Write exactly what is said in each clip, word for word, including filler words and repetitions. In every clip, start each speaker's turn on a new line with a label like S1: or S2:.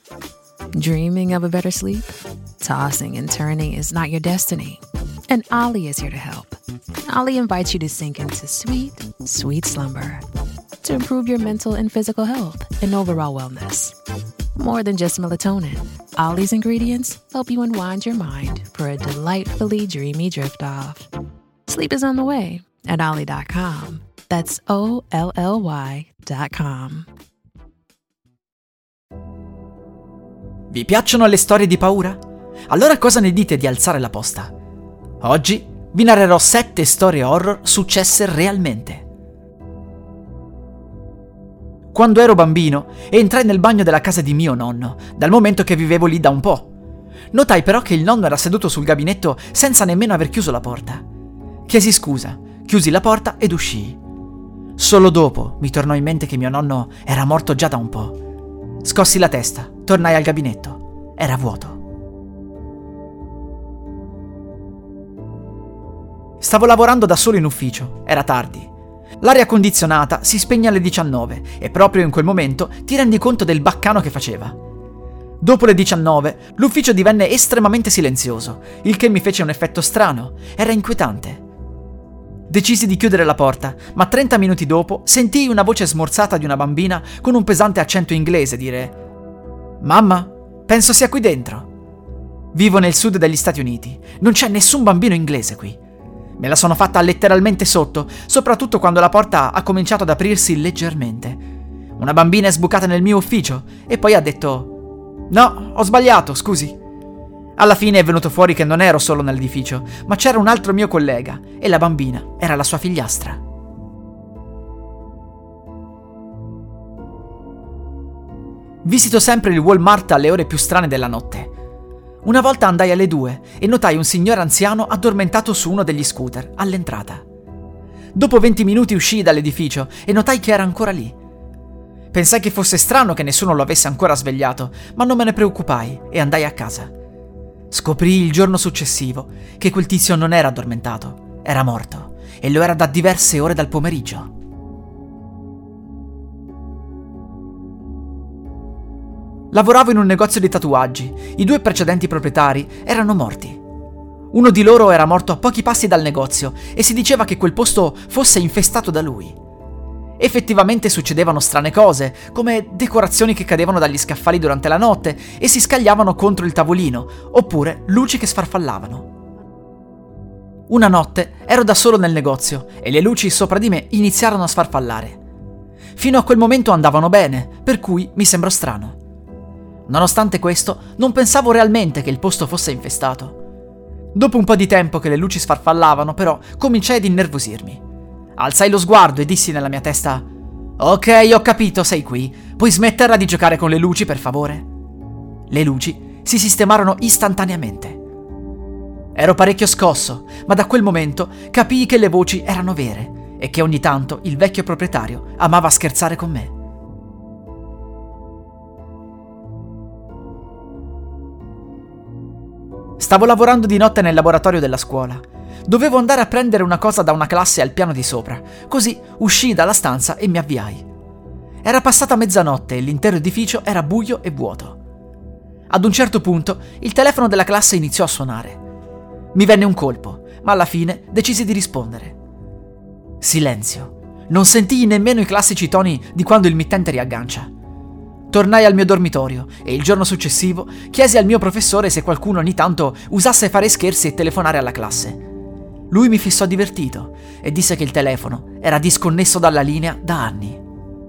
S1: Dreaming of a better sleep? Tossing and turning is not your destiny. And Ollie is here to help. Ollie invites you to sink into sweet, sweet slumber to improve your mental and physical health and overall wellness. More than just melatonin, Ollie's ingredients help you unwind your mind for a delightfully dreamy drift off. Sleep is on the way at ollie dot com. That's O L L Y dot com.
S2: Vi piacciono le storie di paura? Allora cosa ne dite di alzare la posta? Oggi vi narrerò sette storie horror successe realmente. Quando ero bambino, entrai nel bagno della casa di mio nonno, dal momento che vivevo lì da un po'. Notai però che il nonno era seduto sul gabinetto senza nemmeno aver chiuso la porta. Chiesi scusa, chiusi la porta ed uscii. Solo dopo mi tornò in mente che mio nonno era morto già da un po'. Scossi la testa, tornai al gabinetto. Era vuoto. Stavo lavorando da solo in ufficio, era tardi. L'aria condizionata si spegne alle diciannove e proprio in quel momento ti rendi conto del baccano che faceva. Dopo le diciannove l'ufficio divenne estremamente silenzioso, il che mi fece un effetto strano, era inquietante. Decisi di chiudere la porta, ma trenta minuti dopo sentii una voce smorzata di una bambina con un pesante accento inglese dire: «Mamma, penso sia qui dentro. Vivo nel sud degli Stati Uniti, non c'è nessun bambino inglese qui». Me la sono fatta letteralmente sotto, soprattutto quando la porta ha cominciato ad aprirsi leggermente. Una bambina è sbucata nel mio ufficio e poi ha detto: «No, ho sbagliato, scusi». Alla fine è venuto fuori che non ero solo nell'edificio, ma c'era un altro mio collega e la bambina era la sua figliastra. Visito sempre il Walmart alle ore più strane della notte. Una volta andai alle due e notai un signore anziano addormentato su uno degli scooter all'entrata. Dopo venti minuti uscii dall'edificio e notai che era ancora lì. Pensai che fosse strano che nessuno lo avesse ancora svegliato, ma non me ne preoccupai e andai a casa. Scoprii il giorno successivo che quel tizio non era addormentato, era morto e lo era da diverse ore dal pomeriggio. Lavoravo in un negozio di tatuaggi. I due precedenti proprietari erano morti. Uno di loro era morto a pochi passi dal negozio e si diceva che quel posto fosse infestato da lui. Effettivamente succedevano strane cose, come decorazioni che cadevano dagli scaffali durante la notte e si scagliavano contro il tavolino, oppure luci che sfarfallavano. Una notte ero da solo nel negozio e le luci sopra di me iniziarono a sfarfallare. Fino a quel momento andavano bene, per cui mi sembrò strano. Nonostante questo, non pensavo realmente che il posto fosse infestato. Dopo un po' di tempo che le luci sfarfallavano, però, cominciai ad innervosirmi. Alzai lo sguardo e dissi nella mia testa: «Ok, ho capito, sei qui. Puoi smetterla di giocare con le luci, per favore?» Le luci si sistemarono istantaneamente. Ero parecchio scosso, ma da quel momento capii che le voci erano vere e che ogni tanto il vecchio proprietario amava scherzare con me. Stavo lavorando di notte nel laboratorio della scuola. Dovevo andare a prendere una cosa da una classe al piano di sopra, così uscii dalla stanza e mi avviai. Era passata mezzanotte e l'intero edificio era buio e vuoto. Ad un certo punto il telefono della classe iniziò a suonare. Mi venne un colpo, ma alla fine decisi di rispondere. Silenzio. Non sentii nemmeno i classici toni di quando il mittente riaggancia. Tornai al mio dormitorio e il giorno successivo chiesi al mio professore se qualcuno ogni tanto usasse fare scherzi e telefonare alla classe. Lui mi fissò divertito e disse che il telefono era disconnesso dalla linea da anni.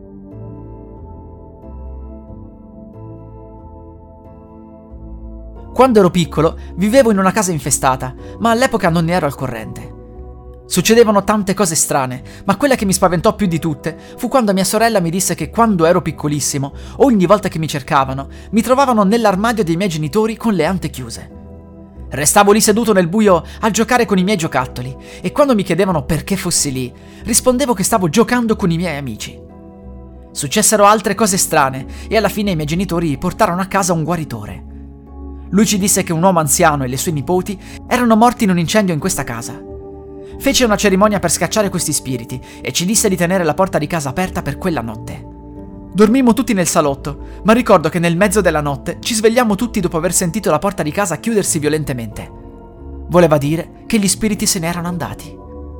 S2: Quando ero piccolo vivevo in una casa infestata, ma all'epoca non ne ero al corrente. Succedevano tante cose strane, ma quella che mi spaventò più di tutte fu quando mia sorella mi disse che quando ero piccolissimo, ogni volta che mi cercavano, mi trovavano nell'armadio dei miei genitori con le ante chiuse. Restavo lì seduto nel buio a giocare con i miei giocattoli e quando mi chiedevano perché fossi lì, rispondevo che stavo giocando con i miei amici. Successero altre cose strane e alla fine i miei genitori portarono a casa un guaritore. Lui ci disse che un uomo anziano e le sue nipoti erano morti in un incendio in questa casa. Fece una cerimonia per scacciare questi spiriti e ci disse di tenere la porta di casa aperta per quella notte. Dormimmo tutti nel salotto, ma ricordo che nel mezzo della notte ci svegliammo tutti dopo aver sentito la porta di casa chiudersi violentemente. Voleva dire che gli spiriti se ne erano andati.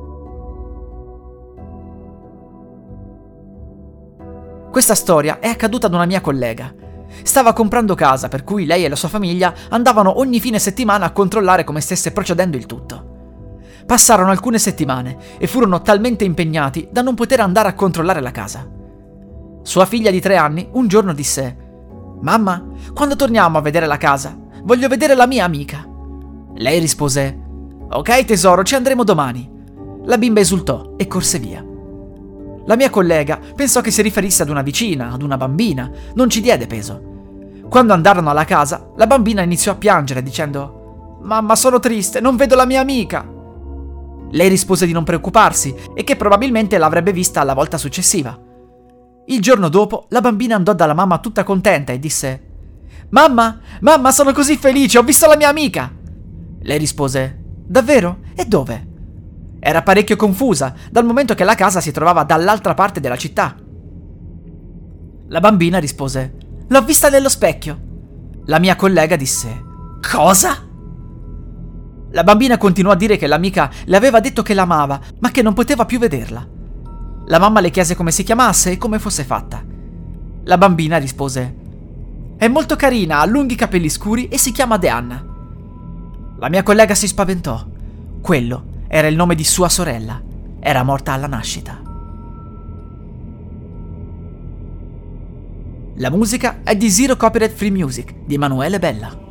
S2: Questa storia è accaduta ad una mia collega. Stava comprando casa, per cui lei e la sua famiglia andavano ogni fine settimana a controllare come stesse procedendo il tutto. Passarono alcune settimane e furono talmente impegnati da non poter andare a controllare la casa. Sua figlia di tre anni un giorno disse: «Mamma, quando torniamo a vedere la casa, voglio vedere la mia amica». Lei rispose: «Ok tesoro, ci andremo domani». La bimba esultò e corse via. La mia collega pensò che si riferisse ad una vicina, ad una bambina, non ci diede peso. Quando andarono alla casa, la bambina iniziò a piangere dicendo: «Mamma, sono triste, non vedo la mia amica». Lei rispose di non preoccuparsi e che probabilmente l'avrebbe vista alla volta successiva. Il giorno dopo la bambina andò dalla mamma tutta contenta e disse: «Mamma, mamma, sono così felice, ho visto la mia amica». Lei rispose: «Davvero? E dove?» Era parecchio confusa, dal momento che la casa si trovava dall'altra parte della città. La bambina rispose: «L'ho vista nello specchio». La mia collega disse: «Cosa?» La bambina continuò a dire che l'amica le aveva detto che l'amava, ma che non poteva più vederla. La mamma le chiese come si chiamasse e come fosse fatta. La bambina rispose: «È molto carina, ha lunghi capelli scuri e si chiama Deanna». La mia collega si spaventò. Quello era il nome di sua sorella. Era morta alla nascita. La musica è di Zero Copyright Free Music di Emanuele Bella.